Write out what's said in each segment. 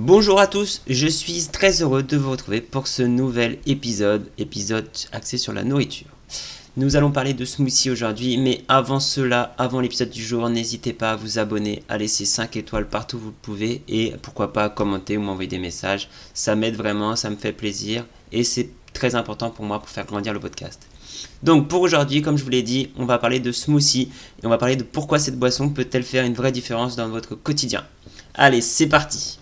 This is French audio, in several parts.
Bonjour à tous, je suis très heureux de vous retrouver pour ce nouvel épisode axé sur la nourriture. Nous allons parler de smoothie aujourd'hui, mais avant cela, avant l'épisode du jour, n'hésitez pas à vous abonner, à laisser 5 étoiles partout où vous le pouvez et pourquoi pas à commenter ou m'envoyer des messages. Ça m'aide vraiment, ça me fait plaisir et c'est très important pour moi pour faire grandir le podcast. Donc pour aujourd'hui, comme je vous l'ai dit, on va parler de smoothie et on va parler de pourquoi cette boisson peut-elle faire une vraie différence dans votre quotidien. Allez, c'est parti!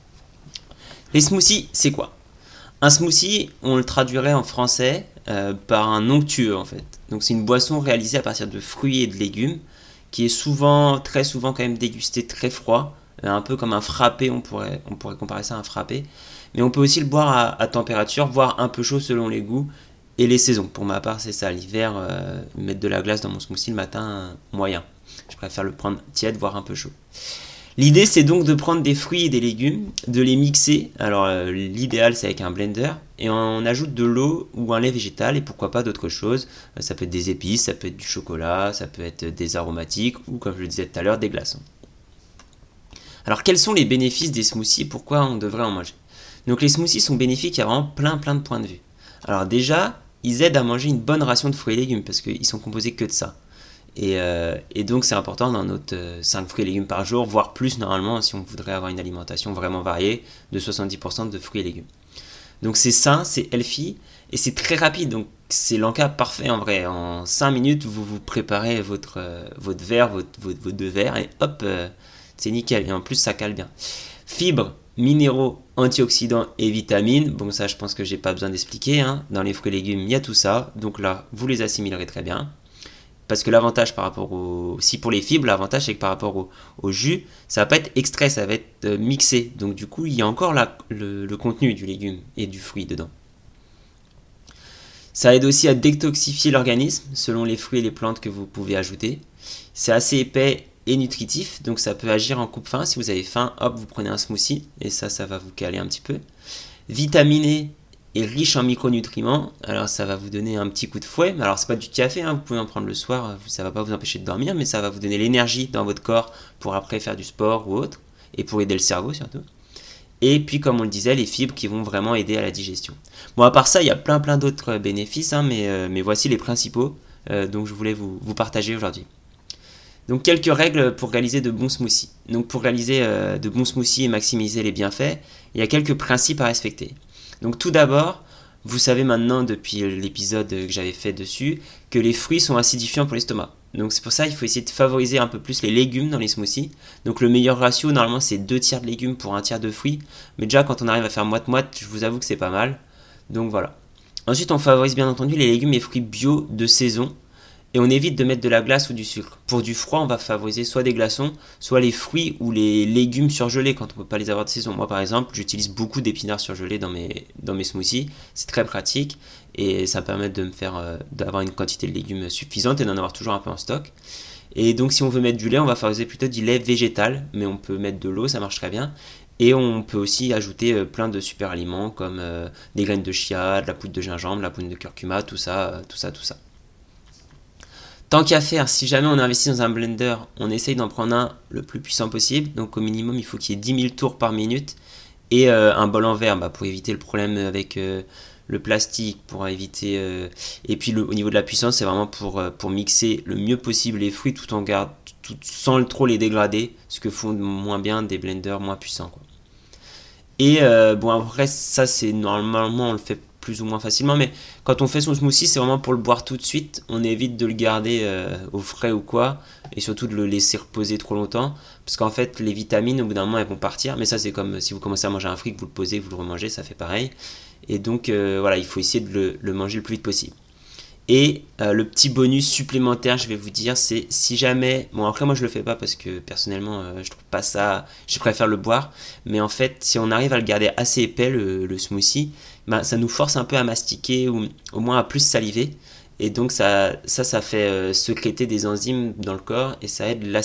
Les smoothies, c'est quoi? Un smoothie, on le traduirait en français par un onctueux en fait. Donc c'est une boisson réalisée à partir de fruits et de légumes qui est souvent, très souvent quand même dégusté très froid, un peu comme un frappé, on pourrait comparer ça à un frappé. Mais on peut aussi le boire à température, voire un peu chaud selon les goûts et les saisons. Pour ma part, c'est ça. L'hiver, mettre de la glace dans mon smoothie le matin, moyen. Je préfère le prendre tiède, voire un peu chaud. L'idée, c'est donc de prendre des fruits et des légumes, de les mixer. Alors, l'idéal, c'est avec un blender. Et on ajoute de l'eau ou un lait végétal et pourquoi pas d'autres choses. Ça peut être des épices, ça peut être du chocolat, ça peut être des aromatiques ou, comme je le disais tout à l'heure, des glaçons. Alors, quels sont les bénéfices des smoothies et pourquoi on devrait en manger? Donc, les smoothies sont bénéfiques à vraiment plein de points de vue. Alors, déjà, ils aident à manger une bonne ration de fruits et légumes parce qu'ils sont composés que de ça. Et donc c'est important dans notre 5 fruits et légumes par jour, voire plus normalement si on voudrait avoir une alimentation vraiment variée de 70% de fruits et légumes. Donc c'est sain, c'est healthy et c'est très rapide, donc c'est l'encas parfait en vrai. En 5 minutes vous vous préparez votre verre, vos deux verres et hop, c'est nickel et en plus ça cale bien. Fibres, minéraux, antioxydants et vitamines, bon ça je pense que j'ai pas besoin d'expliquer, hein. Dans les fruits et légumes il y a tout ça, donc là vous les assimilerez très bien. Parce que l'avantage par rapport si pour les fibres, l'avantage c'est que par rapport au jus, ça va pas être extrait, ça va être mixé. Donc du coup, il y a encore le contenu du légume et du fruit dedans. Ça aide aussi à détoxifier l'organisme selon les fruits et les plantes que vous pouvez ajouter. C'est assez épais et nutritif, donc ça peut agir en coupe-faim. Si vous avez faim, hop, vous prenez un smoothie et ça va vous caler un petit peu. Vitaminé et riche en micronutriments, alors ça va vous donner un petit coup de fouet. Alors c'est pas du café, hein, vous pouvez en prendre le soir, ça va pas vous empêcher de dormir, mais ça va vous donner l'énergie dans votre corps pour après faire du sport ou autre, et pour aider le cerveau surtout. Et puis comme on le disait, les fibres qui vont vraiment aider à la digestion. Bon, à part ça, il y a plein d'autres bénéfices, hein, mais voici les principaux, donc je voulais vous partager aujourd'hui. Donc quelques règles pour réaliser de bons smoothies. Donc pour réaliser de bons smoothies et maximiser les bienfaits, il y a quelques principes à respecter. Donc tout d'abord, vous savez maintenant depuis l'épisode que j'avais fait dessus que les fruits sont acidifiants pour l'estomac. Donc c'est pour ça qu'il faut essayer de favoriser un peu plus les légumes dans les smoothies. Donc le meilleur ratio normalement c'est 2 tiers de légumes pour 1 tiers de fruits. Mais déjà quand on arrive à faire moite-moite, je vous avoue que c'est pas mal. Donc voilà. Ensuite on favorise bien entendu les légumes et fruits bio de saison. Et on évite de mettre de la glace ou du sucre. Pour du froid, on va favoriser soit des glaçons, soit les fruits ou les légumes surgelés quand on ne peut pas les avoir de saison. Moi par exemple, j'utilise beaucoup d'épinards surgelés dans mes smoothies. C'est très pratique et ça permet de me faire d'avoir une quantité de légumes suffisante et d'en avoir toujours un peu en stock. Et donc si on veut mettre du lait, on va favoriser plutôt du lait végétal, mais on peut mettre de l'eau, ça marche très bien. Et on peut aussi ajouter plein de super aliments comme des graines de chia, de la poudre de gingembre, de la poudre de curcuma, tout ça. Tant qu'à faire, si jamais on investit dans un blender, on essaye d'en prendre un le plus puissant possible. Donc au minimum, il faut qu'il y ait 10 000 tours par minute. Et un bol en verre pour éviter le problème avec le plastique, pour éviter... et puis au niveau de la puissance, c'est vraiment pour mixer le mieux possible les fruits tout sans trop les dégrader. Ce que font moins bien des blenders moins puissants, quoi. Et bon après ça c'est normalement on le fait plus ou moins facilement, mais quand on fait son smoothie c'est vraiment pour le boire tout de suite, on évite de le garder au frais ou quoi, et surtout de le laisser reposer trop longtemps, parce qu'en fait les vitamines au bout d'un moment elles vont partir, mais ça c'est comme si vous commencez à manger un fruit, que vous le posez, que vous le remangez, ça fait pareil, et donc voilà, il faut essayer de le manger le plus vite possible. Et le petit bonus supplémentaire, je vais vous dire, c'est si jamais... Bon, après, moi, je le fais pas parce que personnellement, je trouve pas ça... Je préfère le boire. Mais en fait, si on arrive à le garder assez épais, le smoothie, ça nous force un peu à mastiquer ou au moins à plus saliver. Et donc, ça fait sécréter des enzymes dans le corps et ça aide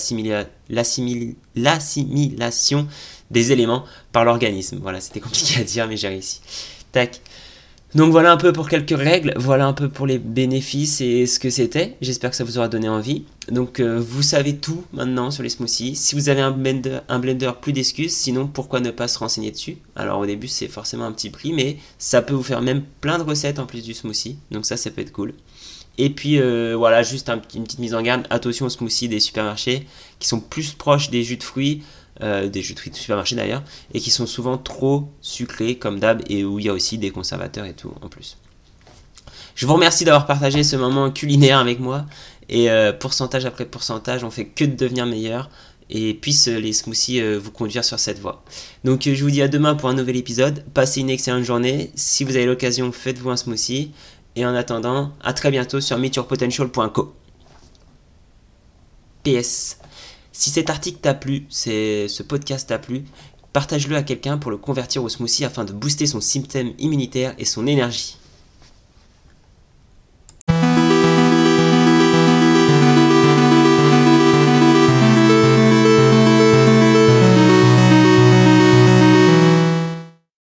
l'assimilation des éléments par l'organisme. Voilà, c'était compliqué à dire, mais j'ai réussi. Tac. Donc voilà un peu pour quelques règles, voilà un peu pour les bénéfices et ce que c'était. J'espère que ça vous aura donné envie. Donc vous savez tout maintenant sur les smoothies. Si vous avez un blender plus d'excuses, sinon pourquoi ne pas se renseigner dessus. Alors au début c'est forcément un petit prix, mais ça peut vous faire même plein de recettes en plus du smoothie. Donc ça peut être cool. Et puis voilà, juste une petite mise en garde, attention aux smoothies des supermarchés qui sont plus proches des jus de fruits de supermarché d'ailleurs, et qui sont souvent trop sucrés comme d'hab, et où il y a aussi des conservateurs et tout en plus. Je vous remercie d'avoir partagé ce moment culinaire avec moi, et pourcentage après pourcentage, on fait que de devenir meilleur, et puissent les smoothies vous conduire sur cette voie. Donc je vous dis à demain pour un nouvel épisode, passez une excellente journée, si vous avez l'occasion, faites-vous un smoothie, et en attendant, à très bientôt sur meetyourpotential.co. PS. Si cet article t'a plu, ce podcast t'a plu, partage-le à quelqu'un pour le convertir au smoothie afin de booster son système immunitaire et son énergie.